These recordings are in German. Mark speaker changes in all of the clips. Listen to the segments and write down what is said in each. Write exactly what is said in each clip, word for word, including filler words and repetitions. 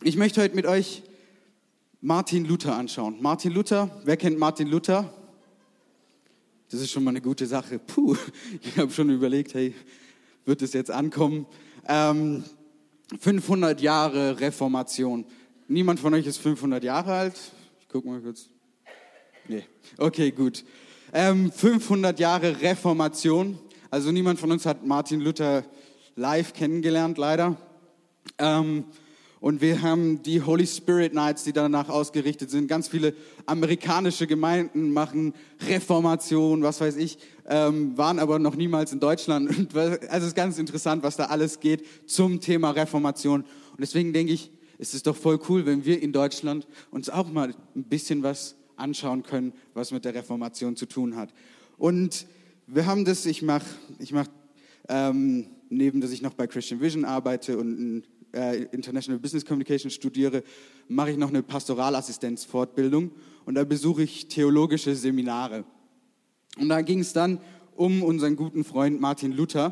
Speaker 1: Ich möchte heute mit euch Martin Luther anschauen. Martin Luther, wer kennt Martin Luther? Das ist schon mal eine gute Sache. Puh, ich habe schon überlegt, hey, wird es jetzt ankommen? Ähm, fünfhundert Jahre Reformation. Niemand von euch ist fünfhundert Jahre alt? Ich gucke mal kurz. Nee, okay, gut. Ähm, fünfhundert Jahre Reformation. Also niemand von uns hat Martin Luther live kennengelernt, leider. Ähm, und wir haben die Holy Spirit Nights, die danach ausgerichtet sind. Ganz viele amerikanische Gemeinden machen Reformation, was weiß ich, ähm, waren aber noch niemals in Deutschland. Und, also es ist ganz interessant, was da alles geht zum Thema Reformation. Und deswegen denke ich, es ist doch voll cool, wenn wir in Deutschland uns auch mal ein bisschen was anschauen können, was mit der Reformation zu tun hat. Und wir haben das, ich mache, ich mach, ähm, neben, dass ich noch bei Christian Vision arbeite und äh, International Business Communication studiere, mache ich noch eine Pastoralassistenzfortbildung und da besuche ich theologische Seminare. Und da ging es dann um unseren guten Freund Martin Luther.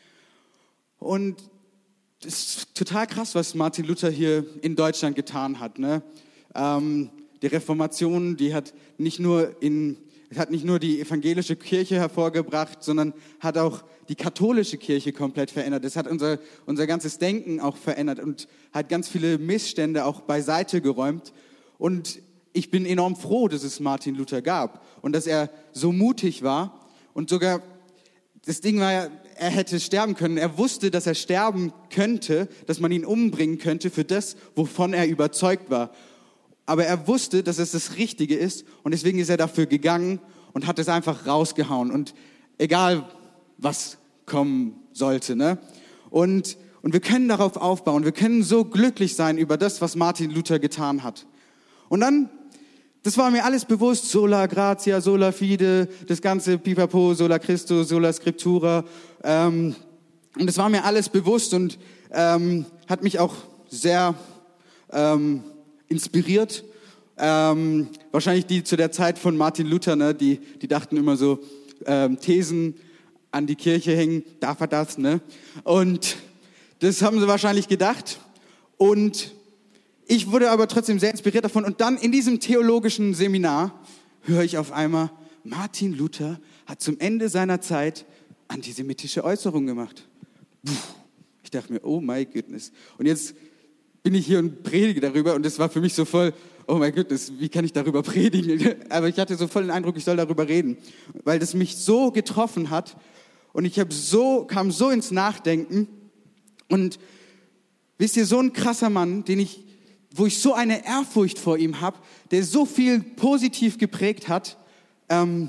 Speaker 1: Und das ist total krass, was Martin Luther hier in Deutschland getan hat, ne? Ähm, die Reformation, die hat nicht nur in hat nicht nur die evangelische Kirche hervorgebracht, sondern hat auch die katholische Kirche komplett verändert. Es hat unser, unser ganzes Denken auch verändert und hat ganz viele Missstände auch beiseite geräumt. Und ich bin enorm froh, dass es Martin Luther gab und dass er so mutig war. Und sogar, das Ding war ja, er hätte sterben können. Er wusste, dass er sterben könnte, dass man ihn umbringen könnte für das, wovon er überzeugt war. Aber er wusste, dass es das Richtige ist und deswegen ist er dafür gegangen und hat es einfach rausgehauen. Und egal, was kommen sollte, ne? Und, und wir können darauf aufbauen. Wir können so glücklich sein über das, was Martin Luther getan hat. Und dann, das war mir alles bewusst, sola gratia, sola fide, das ganze Pipapo, sola Christus, sola scriptura. Ähm, und das war mir alles bewusst und ähm, hat mich auch sehr Ähm, inspiriert. Ähm, wahrscheinlich die zu der Zeit von Martin Luther, ne, die, die dachten immer so, ähm, Thesen an die Kirche hängen, darf er das, ne? Und das haben sie wahrscheinlich gedacht. Und ich wurde aber trotzdem sehr inspiriert davon. Und dann in diesem theologischen Seminar höre ich auf einmal, Martin Luther hat zum Ende seiner Zeit antisemitische Äußerungen gemacht. Puh. Ich dachte mir, oh my goodness. Und jetzt bin ich hier und predige darüber und das war für mich so voll, oh mein Gott, wie kann ich darüber predigen? Aber ich hatte so voll den Eindruck, ich soll darüber reden, weil das mich so getroffen hat und ich habe so, kam so ins Nachdenken und wisst ihr, so ein krasser Mann, den ich, wo ich so eine Ehrfurcht vor ihm habe, der so viel positiv geprägt hat, ähm,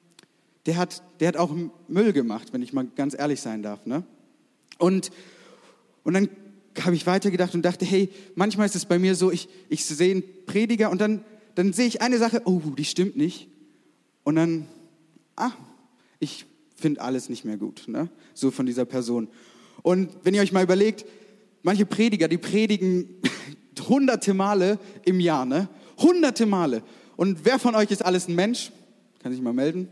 Speaker 1: der hat, der hat auch Müll gemacht, wenn ich mal ganz ehrlich sein darf, ne? Und, und dann habe ich weitergedacht und dachte, hey, manchmal ist es bei mir so, ich, ich sehe einen Prediger und dann, dann sehe ich eine Sache, oh, die stimmt nicht. Und dann, ah, ich finde alles nicht mehr gut, ne? So von dieser Person. Und wenn ihr euch mal überlegt, manche Prediger, die predigen hunderte Male im Jahr, ne? Hunderte Male. Und wer von euch ist alles ein Mensch? Kann sich mal melden.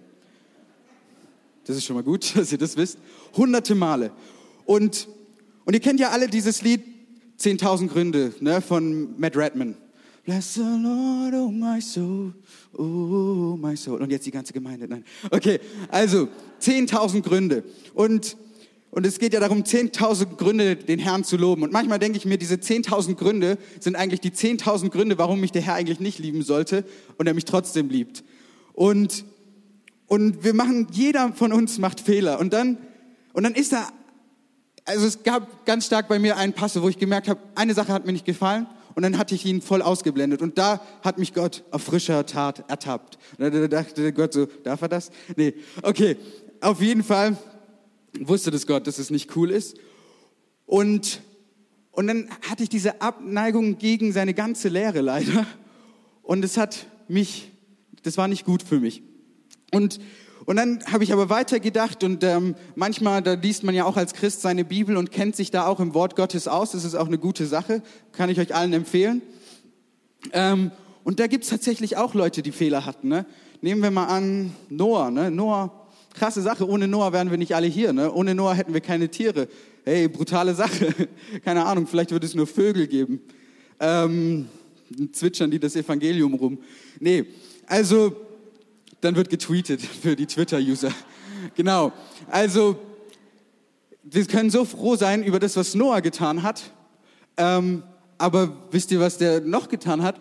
Speaker 1: Das ist schon mal gut, dass ihr das wisst. Hunderte Male. Und Und ihr kennt ja alle dieses Lied zehntausend Gründe, ne, von Matt Redman. Bless the Lord, oh my soul, oh my soul. Und jetzt die ganze Gemeinde. Nein. Okay, also zehntausend Gründe. Und, und es geht ja darum, zehntausend Gründe, den Herrn zu loben. Und manchmal denke ich mir, diese zehntausend Gründe sind eigentlich die zehntausend Gründe, warum mich der Herr eigentlich nicht lieben sollte und er mich trotzdem liebt. Und, und wir machen, jeder von uns macht Fehler. Und dann, und dann ist da, also es gab ganz stark bei mir einen Pass, wo ich gemerkt habe, eine Sache hat mir nicht gefallen und dann hatte ich ihn voll ausgeblendet und da hat mich Gott auf frischer Tat ertappt. Und da dachte Gott so, darf er das? Nee, okay, auf jeden Fall wusste das Gott, dass es nicht cool ist und, und dann hatte ich diese Abneigung gegen seine ganze Lehre leider und es hat mich, das war nicht gut für mich. Und Und dann habe ich aber weitergedacht und ähm, manchmal, da liest man ja auch als Christ seine Bibel und kennt sich da auch im Wort Gottes aus. Das ist auch eine gute Sache, kann ich euch allen empfehlen. Ähm, und da gibt es tatsächlich auch Leute, die Fehler hatten. Ne? Nehmen wir mal an Noah. Ne? Noah, krasse Sache, ohne Noah wären wir nicht alle hier. Ne? Ohne Noah hätten wir keine Tiere. Hey, brutale Sache. Keine Ahnung, vielleicht würde es nur Vögel geben. Ähm, zwitschern die das Evangelium rum. Nee, also, dann wird getweetet für die Twitter-User. Genau, also, wir können so froh sein über das, was Noah getan hat. Ähm, aber wisst ihr, was der noch getan hat?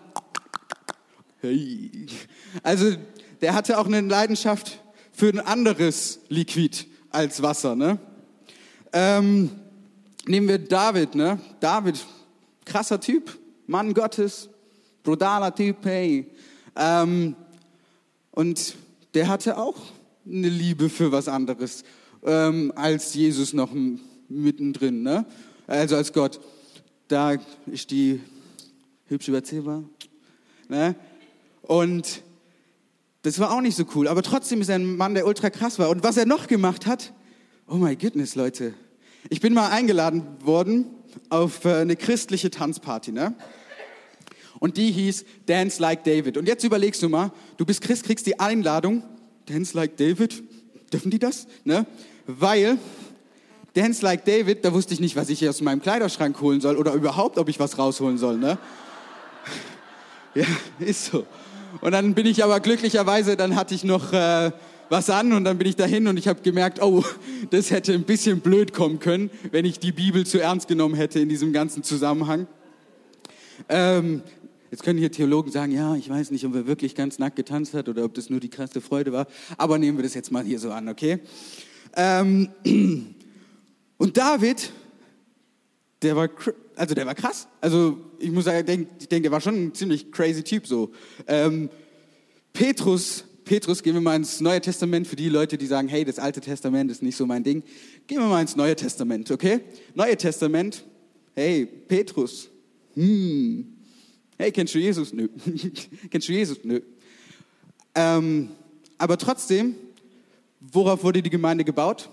Speaker 1: Hey. Also, der hatte auch eine Leidenschaft für ein anderes Liquid als Wasser, ne? Ähm, nehmen wir David, ne? David, krasser Typ, Mann Gottes, brutaler Typ, hey. Ähm, und der hatte auch eine Liebe für was anderes, ähm, als Jesus noch m- mittendrin, ne? Also als Gott. Da ist die hübsch überzählbar, ne? Und das war auch nicht so cool, aber trotzdem ist er ein Mann, der ultra krass war. Und was er noch gemacht hat, oh my goodness, Leute. Ich bin mal eingeladen worden auf äh, eine christliche Tanzparty, ne? Und die hieß Dance Like David. Und jetzt überlegst du mal, du bist Christ, kriegst die Einladung, Dance Like David, dürfen die das? Ne? Weil Dance Like David, da wusste ich nicht, was ich aus meinem Kleiderschrank holen soll oder überhaupt, ob ich was rausholen soll, ne? Ja, ist so. Und dann bin ich aber glücklicherweise, dann hatte ich noch äh, was an und dann bin ich dahin und ich habe gemerkt, oh, das hätte ein bisschen blöd kommen können, wenn ich die Bibel zu ernst genommen hätte in diesem ganzen Zusammenhang. Ähm, jetzt können hier Theologen sagen, ja, ich weiß nicht, ob er wirklich ganz nackt getanzt hat oder ob das nur die krasse Freude war, aber nehmen wir das jetzt mal hier so an, okay? Ähm, und David, der war, also der war krass. Also ich muss sagen, ich denke, ich denk, der war schon ein ziemlich crazy Typ so. Ähm, Petrus, Petrus, gehen wir mal ins Neue Testament für die Leute, die sagen, hey, das Alte Testament ist nicht so mein Ding. Gehen wir mal ins Neue Testament, okay? Neue Testament, hey, Petrus, hm, hey, kennst du Jesus? Nö. Kennst du Jesus? Nö. Ähm, aber trotzdem, worauf wurde die Gemeinde gebaut?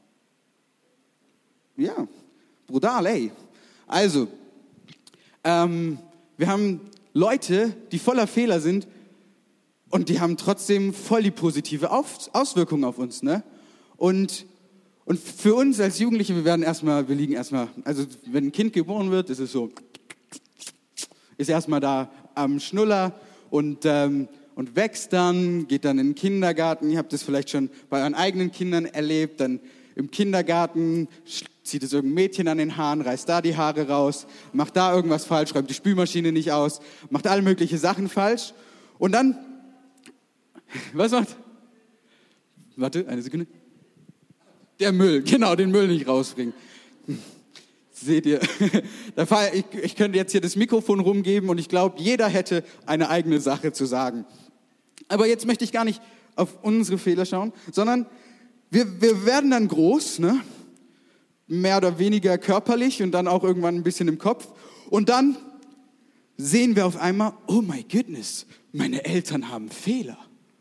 Speaker 1: Ja, brutal, ey. Also, ähm, wir haben Leute, die voller Fehler sind und die haben trotzdem voll die positive Auf- Auswirkung auf uns, ne? Und, und für uns als Jugendliche, wir werden erstmal, wir liegen erstmal, also wenn ein Kind geboren wird, ist es so, ist erstmal da am Schnuller und, ähm, und wächst dann, geht dann in den Kindergarten. Ihr habt das vielleicht schon bei euren eigenen Kindern erlebt, dann im Kindergarten zieht es irgendein Mädchen an den Haaren, reißt da die Haare raus, macht da irgendwas falsch, räumt die Spülmaschine nicht aus, macht alle möglichen Sachen falsch. Und dann, was macht? Warte, eine Sekunde. Der Müll, genau, den Müll nicht rausbringen. Seht ihr, ich, ich könnte jetzt hier das Mikrofon rumgeben und ich glaube, jeder hätte eine eigene Sache zu sagen. Aber jetzt möchte ich gar nicht auf unsere Fehler schauen, sondern wir, wir werden dann groß, ne? Mehr oder weniger körperlich und dann auch irgendwann ein bisschen im Kopf. Und dann sehen wir auf einmal, oh my goodness, meine Eltern haben Fehler.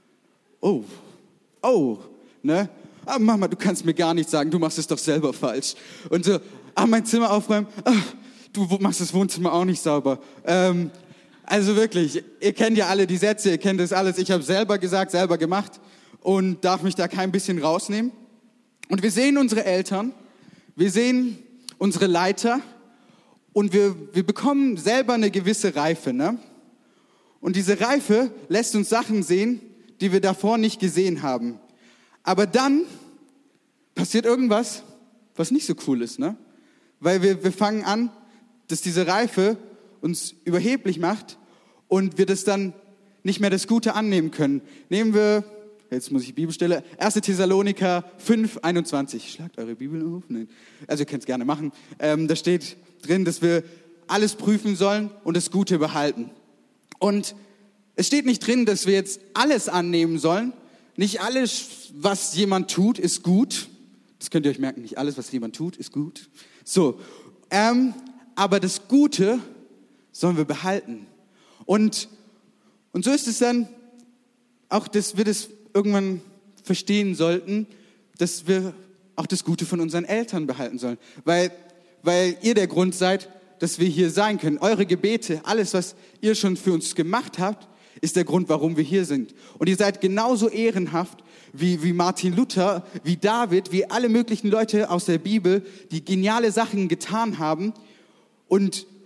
Speaker 1: Oh, oh, ne? Ah, Mama, du kannst mir gar nichts sagen, du machst es doch selber falsch. Und so, ah, mein Zimmer aufräumen, ah, du machst das Wohnzimmer auch nicht sauber. Ähm, also wirklich, ihr kennt ja alle die Sätze, ihr kennt das alles. Ich habe selber gesagt, selber gemacht und darf mich da kein bisschen rausnehmen. Und wir sehen unsere Eltern, wir sehen unsere Leiter und wir, wir bekommen selber eine gewisse Reife, ne? Und diese Reife lässt uns Sachen sehen, die wir davor nicht gesehen haben. Aber dann passiert irgendwas, was nicht so cool ist, ne? Weil wir, wir fangen an, dass diese Reife uns überheblich macht und wir das dann nicht mehr das Gute annehmen können. Nehmen wir, jetzt muss ich die Bibelstelle, erster Thessaloniker fünf, einundzwanzig. Schlagt eure Bibel auf. Nein. Also ihr könnt es gerne machen. Ähm, da steht drin, dass wir alles prüfen sollen und das Gute behalten. Und es steht nicht drin, dass wir jetzt alles annehmen sollen. Nicht alles, was jemand tut, ist gut. Das könnt ihr euch merken, nicht alles, was jemand tut, ist gut. So, ähm, aber das Gute sollen wir behalten. Und, und so ist es dann auch, dass wir das irgendwann verstehen sollten, dass wir auch das Gute von unseren Eltern behalten sollen. Weil, weil ihr der Grund seid, dass wir hier sein können. Eure Gebete, alles, was ihr schon für uns gemacht habt, ist der Grund, warum wir hier sind. Und ihr seid genauso ehrenhaft wie, wie Martin Luther, wie David, wie alle möglichen Leute aus der Bibel, die geniale Sachen getan haben. Und,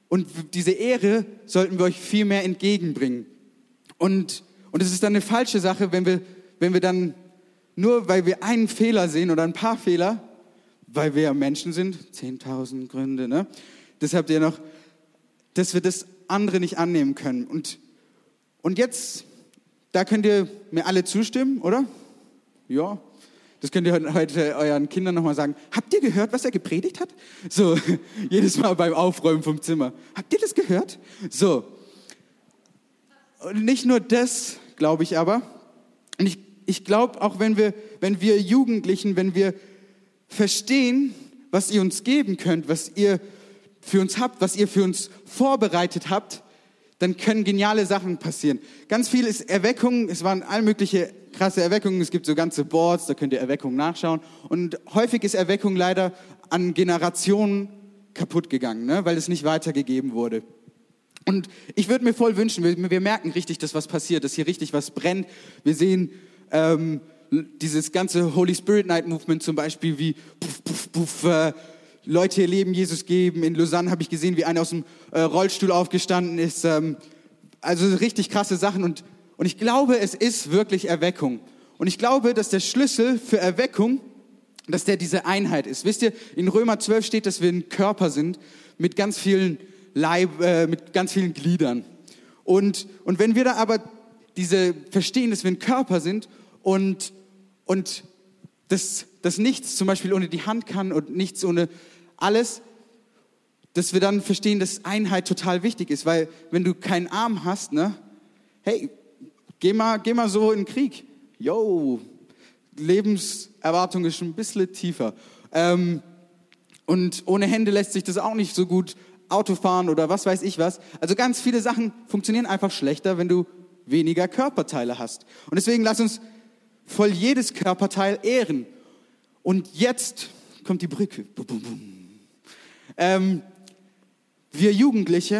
Speaker 1: Und diese Ehre sollten wir euch viel mehr entgegenbringen. Und, und es ist dann eine falsche Sache, wenn wir, wenn wir dann nur, weil wir einen Fehler sehen oder ein paar Fehler, weil wir ja Menschen sind, zehntausend Gründe, ne? Das habt ihr noch, dass wir das andere nicht annehmen können. Und, und jetzt, da könnt ihr mir alle zustimmen, oder? Ja. Das könnt ihr heute euren Kindern nochmal sagen. Habt ihr gehört, was er gepredigt hat? So, jedes Mal beim Aufräumen vom Zimmer. Habt ihr das gehört? So. Und nicht nur das, glaube ich aber. Und ich, ich glaube, auch wenn wir, wenn wir Jugendlichen, wenn wir verstehen, was ihr uns geben könnt, was ihr für uns habt, was ihr für uns vorbereitet habt, dann können geniale Sachen passieren. Ganz viel ist Erweckung, es waren all mögliche krasse Erweckungen, es gibt so ganze Boards, da könnt ihr Erweckung nachschauen. Und häufig ist Erweckung leider an Generationen kaputt gegangen, ne? Weil es nicht weitergegeben wurde. Und ich würde mir voll wünschen, wir, wir merken richtig, dass was passiert, dass hier richtig was brennt. Wir sehen ähm, dieses ganze Holy Spirit Night Movement zum Beispiel, wie puff, puff, puff, äh, Leute ihr Leben Jesus geben. In Lausanne habe ich gesehen, wie einer aus dem äh, Rollstuhl aufgestanden ist. Ähm, also richtig krasse Sachen. Und, und ich glaube, es ist wirklich Erweckung. Und ich glaube, dass der Schlüssel für Erweckung, dass der diese Einheit ist. Wisst ihr, in Römer zwölf steht, dass wir ein Körper sind mit ganz vielen Leib, äh, mit ganz vielen Gliedern. Und, und wenn wir da aber diese verstehen, dass wir ein Körper sind und, und dass, dass nichts zum Beispiel ohne die Hand kann und nichts ohne alles, dass wir dann verstehen, dass Einheit total wichtig ist, weil wenn du keinen Arm hast, ne, hey, geh mal, geh mal so in den Krieg. Yo, Lebenserwartung ist schon ein bisschen tiefer. Ähm, und ohne Hände lässt sich das auch nicht so gut Auto fahren oder was weiß ich was. Also ganz viele Sachen funktionieren einfach schlechter, wenn du weniger Körperteile hast. Und deswegen lass uns voll jedes Körperteil ehren. Und jetzt kommt die Brücke. Bum, bum, bum. Ähm, wir Jugendliche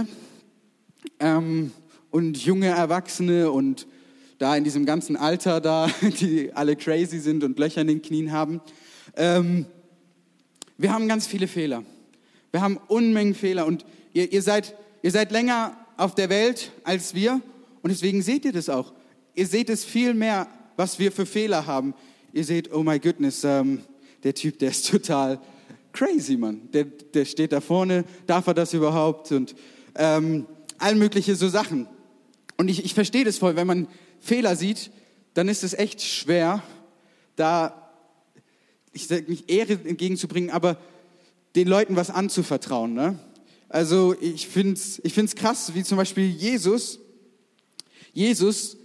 Speaker 1: ähm, und junge Erwachsene und da in diesem ganzen Alter da, die alle crazy sind und Löcher in den Knien haben, ähm, wir haben ganz viele Fehler. Wir haben Unmengen Fehler und ihr, ihr, seid, ihr seid länger auf der Welt als wir und deswegen seht ihr das auch. Ihr seht es viel mehr, was wir für Fehler haben. Ihr seht, oh my goodness, ähm, der Typ, der ist total crazy, Mann. Der, der steht da vorne, darf er das überhaupt? Und ähm, all mögliche so Sachen. Und ich, ich verstehe das voll, wenn man Fehler sieht, dann ist es echt schwer, da, ich sage nicht Ehre entgegenzubringen, aber den Leuten was anzuvertrauen. Ne? Also ich finde es ich find's krass, wie zum Beispiel Jesus. Jesus,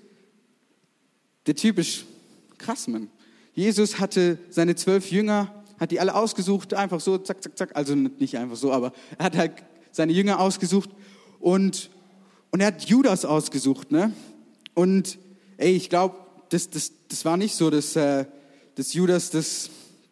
Speaker 1: der Typ ist krass, Mann. Jesus hatte seine zwölf Jünger, hat die alle ausgesucht, einfach so, zack, zack, zack. Also nicht einfach so, aber er hat halt seine Jünger ausgesucht und, und er hat Judas ausgesucht. Ne? Und ey, ich glaube, das, das, das war nicht so, dass, äh, dass Judas das...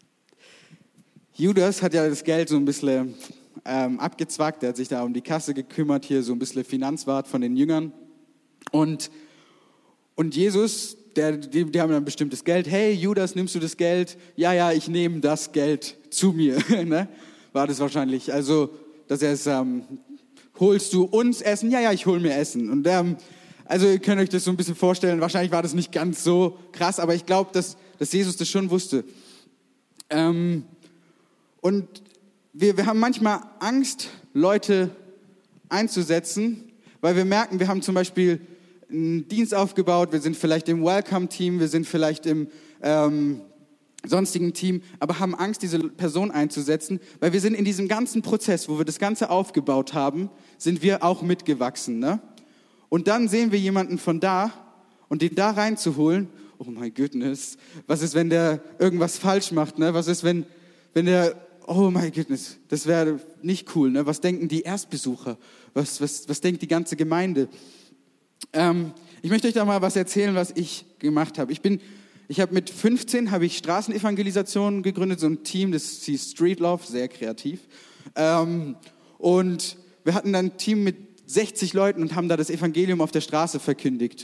Speaker 1: Judas hat ja das Geld so ein bisschen ähm, abgezwackt, er hat sich da um die Kasse gekümmert, hier so ein bisschen Finanzwart von den Jüngern. Und, und Jesus, der, die, die haben dann bestimmtes Geld. Hey Judas, nimmst du das Geld? Ja, ja, ich nehme das Geld zu mir. ne? War das wahrscheinlich. Also, dass er es, ähm, holst du uns Essen? Ja, ja, ich hole mir Essen. Und ähm, also ihr könnt euch das so ein bisschen vorstellen, wahrscheinlich war das nicht ganz so krass, aber ich glaube, dass, dass Jesus das schon wusste. Ähm, Und wir, wir haben manchmal Angst, Leute einzusetzen, weil wir merken, wir haben zum Beispiel einen Dienst aufgebaut, wir sind vielleicht im Welcome-Team, wir sind vielleicht im ähm, sonstigen Team, aber haben Angst, diese Person einzusetzen, weil wir sind in diesem ganzen Prozess, wo wir das Ganze aufgebaut haben, sind wir auch mitgewachsen. Ne? Und dann sehen wir jemanden von da und den da reinzuholen, oh my goodness, was ist, wenn der irgendwas falsch macht? Ne? Was ist, wenn, wenn der... Oh my goodness, das wäre nicht cool. Ne? Was denken die Erstbesucher? Was, was, was denkt die ganze Gemeinde? Ähm, ich möchte euch da mal was erzählen, was ich gemacht habe. Ich bin, ich habe mit fünfzehn habe ich Straßenevangelisation gegründet, so ein Team, das hieß Street Love, sehr kreativ. Ähm, und wir hatten dann ein Team mit sechzig Leuten und haben da das Evangelium auf der Straße verkündigt.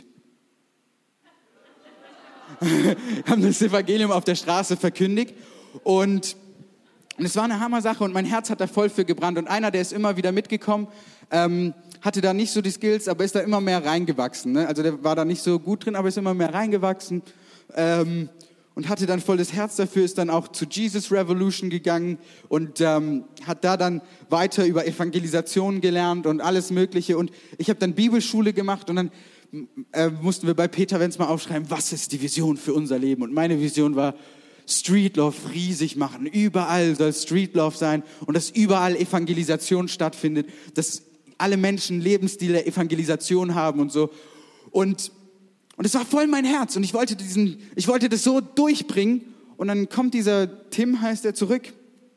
Speaker 1: haben das Evangelium auf der Straße verkündigt und Und es war eine Hammer-Sache und mein Herz hat da voll für gebrannt. Und einer, der ist immer wieder mitgekommen, ähm, hatte da nicht so die Skills, aber ist da immer mehr reingewachsen. Ne? Also der war da nicht so gut drin, aber ist immer mehr reingewachsen. Ähm, und hatte dann voll das Herz dafür, ist dann auch zu Jesus Revolution gegangen und ähm, hat da dann weiter über Evangelisation gelernt und alles Mögliche. Und ich habe dann Bibelschule gemacht und dann äh, mussten wir bei Peter Wenz mal aufschreiben, was ist die Vision für unser Leben? Und meine Vision war, Street Love riesig machen. Überall soll Street Love sein und dass überall Evangelisation stattfindet, dass alle Menschen Lebensstil der Evangelisation haben und so. Und und es war voll mein Herz und ich wollte diesen, ich wollte das so durchbringen. Und dann kommt dieser Tim, heißt er, zurück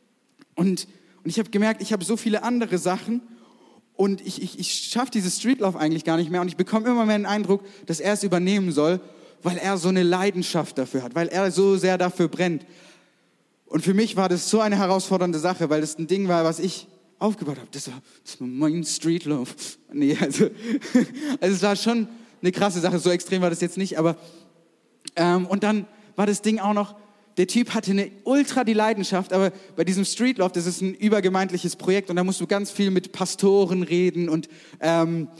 Speaker 1: und und ich habe gemerkt, ich habe so viele andere Sachen und ich ich ich schaffe dieses Street Love eigentlich gar nicht mehr und ich bekomme immer mehr den Eindruck, dass er es übernehmen soll, weil er so eine Leidenschaft dafür hat, weil er so sehr dafür brennt. Und für mich war das so eine herausfordernde Sache, weil das ein Ding war, was ich aufgebaut habe. Das war, das war mein Street Love. Nee, also, also es war schon eine krasse Sache, so extrem war das jetzt nicht, aber ähm, und dann war das Ding auch noch, der Typ hatte eine ultra die Leidenschaft, aber bei diesem Street Love, das ist ein übergemeindliches Projekt und da musst du ganz viel mit Pastoren reden und ähm,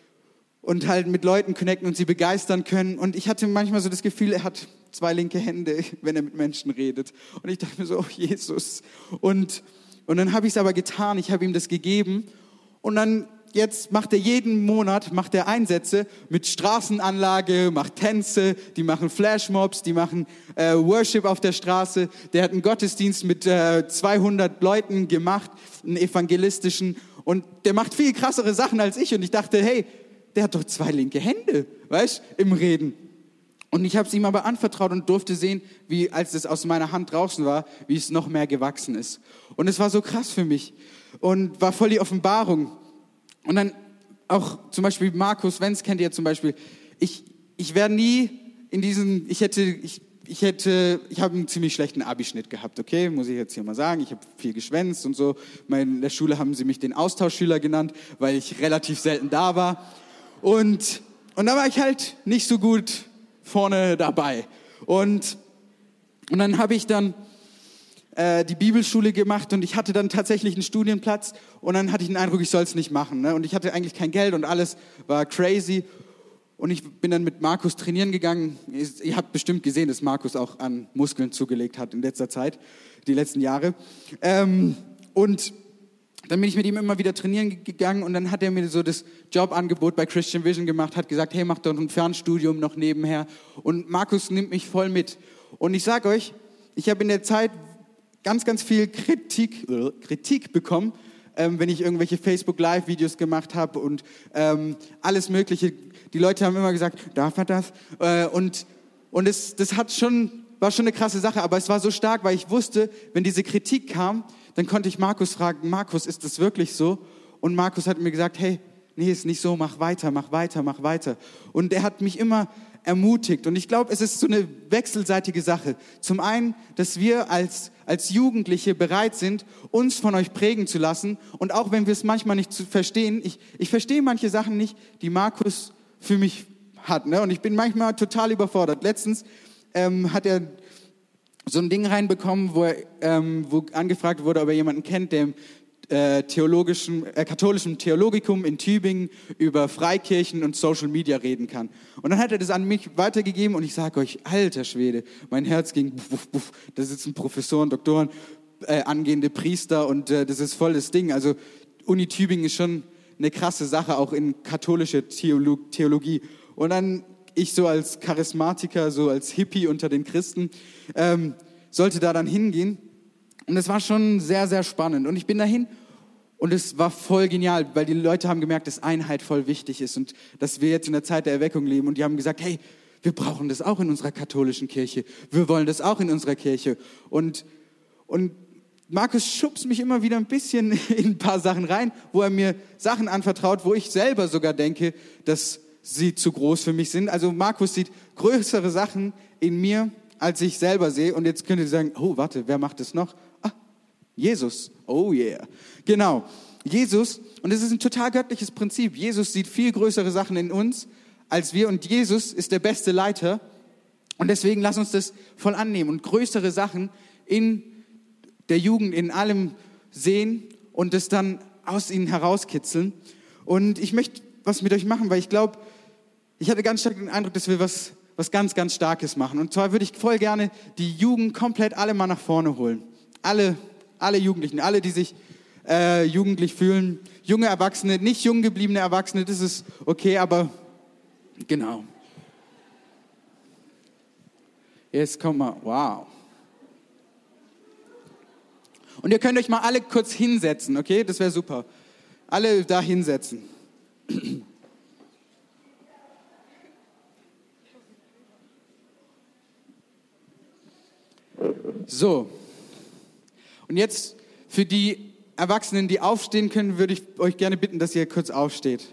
Speaker 1: und halt mit Leuten connecten und sie begeistern können. Und ich hatte manchmal so das Gefühl, er hat zwei linke Hände, wenn er mit Menschen redet. Und ich dachte mir so, oh Jesus. Und, und dann habe ich es aber getan, ich habe ihm das gegeben. Und dann jetzt macht er jeden Monat macht er Einsätze mit Straßenanlage, macht Tänze, die machen Flashmobs, die machen äh, Worship auf der Straße. Der hat einen Gottesdienst mit äh, zweihundert Leuten gemacht, einen evangelistischen. Und der macht viel krassere Sachen als ich. Und ich dachte, hey, der hat doch zwei linke Hände, weißt, im Reden. Und ich habe es ihm aber anvertraut und durfte sehen, wie, als es aus meiner Hand draußen war, wie es noch mehr gewachsen ist. Und es war so krass für mich und war voll die Offenbarung. Und dann auch zum Beispiel Markus Wenz kennt ihr zum Beispiel. Ich, ich wäre nie in diesen, ich hätte, ich, ich hätte, ich habe einen ziemlich schlechten Abischnitt gehabt, okay, muss ich jetzt hier mal sagen. Ich habe viel geschwänzt und so. In der Schule haben sie mich den Austauschschüler genannt, weil ich relativ selten da war. Und, und da war ich halt nicht so gut vorne dabei. Und, und dann habe ich dann äh, die Bibelschule gemacht und ich hatte dann tatsächlich einen Studienplatz und dann hatte ich den Eindruck, ich soll es nicht machen. Ne? Und ich hatte eigentlich kein Geld und alles war crazy. Und ich bin dann mit Markus trainieren gegangen. Ihr, ihr habt bestimmt gesehen, dass Markus auch an Muskeln zugelegt hat in letzter Zeit, die letzten Jahre. Ähm, und Dann bin ich mit ihm immer wieder trainieren gegangen und dann hat er mir so das Jobangebot bei Christian Vision gemacht, hat gesagt, hey, mach doch ein Fernstudium noch nebenher. Und Markus nimmt mich voll mit. Und ich sage euch, ich habe in der Zeit ganz, ganz viel Kritik, äh, Kritik bekommen, ähm, wenn ich irgendwelche Facebook-Live-Videos gemacht habe und ähm, alles Mögliche. Die Leute haben immer gesagt, darf er das? Äh, und und es, das hat schon, war schon eine krasse Sache, aber es war so stark, weil ich wusste, wenn diese Kritik kam, dann konnte ich Markus fragen, Markus, ist das wirklich so? Und Markus hat mir gesagt, hey, nee, ist nicht so, mach weiter, mach weiter, mach weiter. Und er hat mich immer ermutigt. Und ich glaube, es ist so eine wechselseitige Sache. Zum einen, dass wir als, als Jugendliche bereit sind, uns von euch prägen zu lassen. Und auch wenn wir es manchmal nicht zu verstehen, ich, ich verstehe manche Sachen nicht, die Markus für mich hat. Ne? Und ich bin manchmal total überfordert. Letztens ähm, hat er so ein Ding reinbekommen, wo, er, ähm, wo angefragt wurde, ob er jemanden kennt, der im äh, theologischen, äh, katholischen Theologikum in Tübingen über Freikirchen und Social Media reden kann. Und dann hat er das an mich weitergegeben und ich sage euch, alter Schwede, mein Herz ging buff, buff, buff. Da sitzen Professoren, Doktoren, äh, angehende Priester und äh, das ist voll das Ding. Also Uni Tübingen ist schon eine krasse Sache, auch in katholischer Theolo- Theologie. Und dann ich so als Charismatiker, so als Hippie unter den Christen, ähm, sollte da dann hingehen. Und es war schon sehr, sehr spannend. Und ich bin dahin und es war voll genial, weil die Leute haben gemerkt, dass Einheit voll wichtig ist und dass wir jetzt in der Zeit der Erweckung leben. Und die haben gesagt, hey, wir brauchen das auch in unserer katholischen Kirche. Wir wollen das auch in unserer Kirche. Und, und Markus schubst mich immer wieder ein bisschen in ein paar Sachen rein, wo er mir Sachen anvertraut, wo ich selber sogar denke, dass sie zu groß für mich sind. Also Markus sieht größere Sachen in mir, als ich selber sehe. Und jetzt könnt ihr sagen, oh, warte, wer macht das noch? Ah, Jesus. Oh yeah. Genau, Jesus. Und es ist ein total göttliches Prinzip. Jesus sieht viel größere Sachen in uns als wir. Und Jesus ist der beste Leiter. Und deswegen lass uns das voll annehmen und größere Sachen in der Jugend in allem sehen und es dann aus ihnen herauskitzeln. Und ich möchte was mit euch machen, weil ich glaube, ich hatte ganz stark den Eindruck, dass wir was, was ganz, ganz Starkes machen. Und zwar würde ich voll gerne die Jugend komplett alle mal nach vorne holen. Alle, alle Jugendlichen, alle, die sich äh, jugendlich fühlen. Junge Erwachsene, nicht jung gebliebene Erwachsene, das ist okay, aber genau. Jetzt kommt mal, wow. Und ihr könnt euch mal alle kurz hinsetzen, okay? Das wäre super. Alle da hinsetzen. So. Und jetzt für die Erwachsenen, die aufstehen können, würde ich euch gerne bitten, dass ihr kurz aufsteht.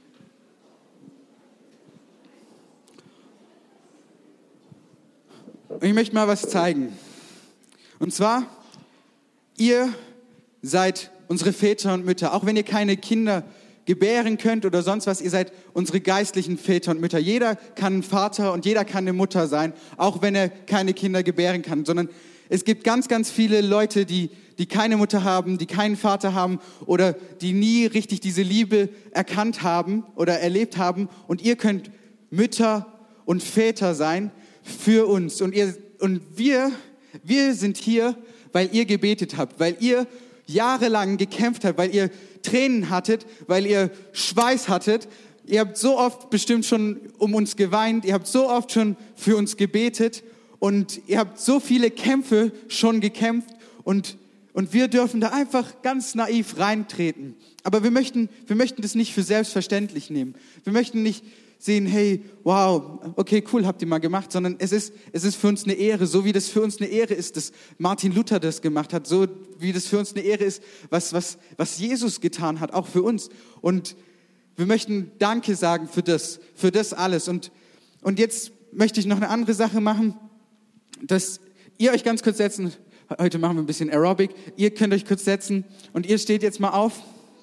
Speaker 1: Und ich möchte mal was zeigen. Und zwar, ihr seid unsere Väter und Mütter. Auch wenn ihr keine Kinder gebären könnt oder sonst was, ihr seid unsere geistlichen Väter und Mütter. Jeder kann ein Vater und jeder kann eine Mutter sein, auch wenn er keine Kinder gebären kann. Sondern es gibt ganz, ganz viele Leute, die, die keine Mutter haben, die keinen Vater haben oder die nie richtig diese Liebe erkannt haben oder erlebt haben. Und ihr könnt Mütter und Väter sein für uns. Und, ihr, und wir, wir sind hier, weil ihr gebetet habt, weil ihr jahrelang gekämpft habt, weil ihr Tränen hattet, weil ihr Schweiß hattet. Ihr habt so oft bestimmt schon um uns geweint, ihr habt so oft schon für uns gebetet und ihr habt so viele Kämpfe schon gekämpft und, und wir dürfen da einfach ganz naiv reintreten. Aber wir möchten, wir möchten das nicht für selbstverständlich nehmen. Wir möchten nicht sehen, hey, wow, okay, cool, habt ihr mal gemacht, sondern es ist, es ist für uns eine Ehre, so wie das für uns eine Ehre ist, dass Martin Luther das gemacht hat, so wie das für uns eine Ehre ist, was, was, was Jesus getan hat, auch für uns. Und wir möchten Danke sagen für das, für das alles. Und, und jetzt möchte ich noch eine andere Sache machen, dass ihr euch ganz kurz setzen, heute machen wir ein bisschen Aerobic, ihr könnt euch kurz setzen und ihr steht jetzt mal auf.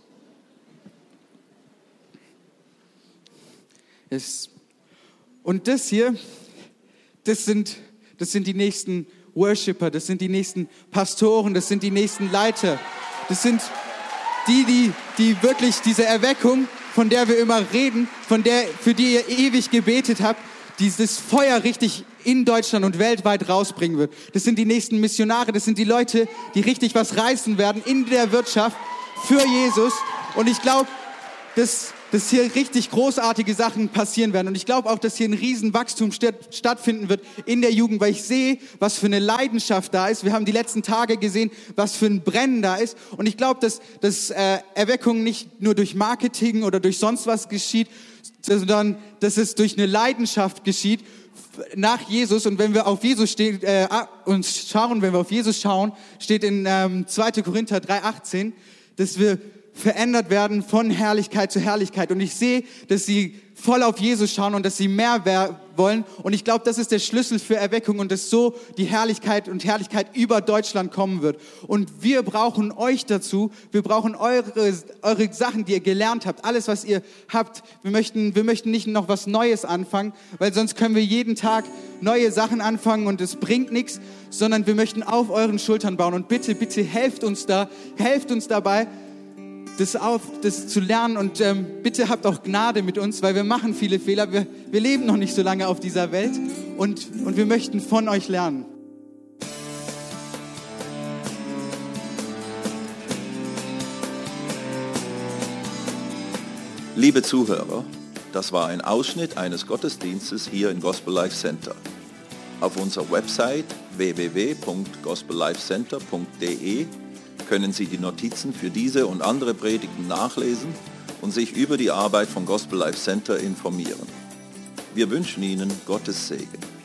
Speaker 1: Ist. Und das hier, das sind, das sind die nächsten Worshipper, das sind die nächsten Pastoren, das sind die nächsten Leiter. Das sind die, die, die wirklich diese Erweckung, von der wir immer reden, von der, für die ihr ewig gebetet habt, dieses Feuer richtig in Deutschland und weltweit rausbringen wird. Das sind die nächsten Missionare, das sind die Leute, die richtig was reißen werden in der Wirtschaft für Jesus. Und ich glaube, dass, dass hier richtig großartige Sachen passieren werden. Und ich glaube auch, dass hier ein Riesenwachstum st- stattfinden wird in der Jugend, weil ich sehe, was für eine Leidenschaft da ist. Wir haben die letzten Tage gesehen, was für ein Brennen da ist. Und ich glaube, dass, dass äh, Erweckung nicht nur durch Marketing oder durch sonst was geschieht, sondern dass es durch eine Leidenschaft geschieht nach Jesus. Und wenn wir auf Jesus stehen, äh, uns schauen, wenn wir auf Jesus schauen, steht in ähm, zweiter Korinther drei achtzehn, dass wir verändert werden von Herrlichkeit zu Herrlichkeit. Und ich sehe, dass sie voll auf Jesus schauen und dass sie mehr wer- wollen. Und ich glaube, das ist der Schlüssel für Erweckung und dass so die Herrlichkeit und Herrlichkeit über Deutschland kommen wird. Und wir brauchen euch dazu. Wir brauchen eure, eure Sachen, die ihr gelernt habt. Alles, was ihr habt. Wir möchten, wir möchten nicht noch was Neues anfangen, weil sonst können wir jeden Tag neue Sachen anfangen und es bringt nichts, sondern wir möchten auf euren Schultern bauen. Und bitte, bitte helft uns da, helft uns dabei, das auf, das zu lernen und ähm, bitte habt auch Gnade mit uns, weil wir machen viele Fehler, wir, wir leben noch nicht so lange auf dieser Welt und, und wir möchten von euch lernen.
Speaker 2: Liebe Zuhörer, das war ein Ausschnitt eines Gottesdienstes hier im Gospel Life Center. Auf unserer Website w w w punkt gospel life center punkt d e können Sie die Notizen für diese und andere Predigten nachlesen und sich über die Arbeit vom Gospel Life Center informieren. Wir wünschen Ihnen Gottes Segen.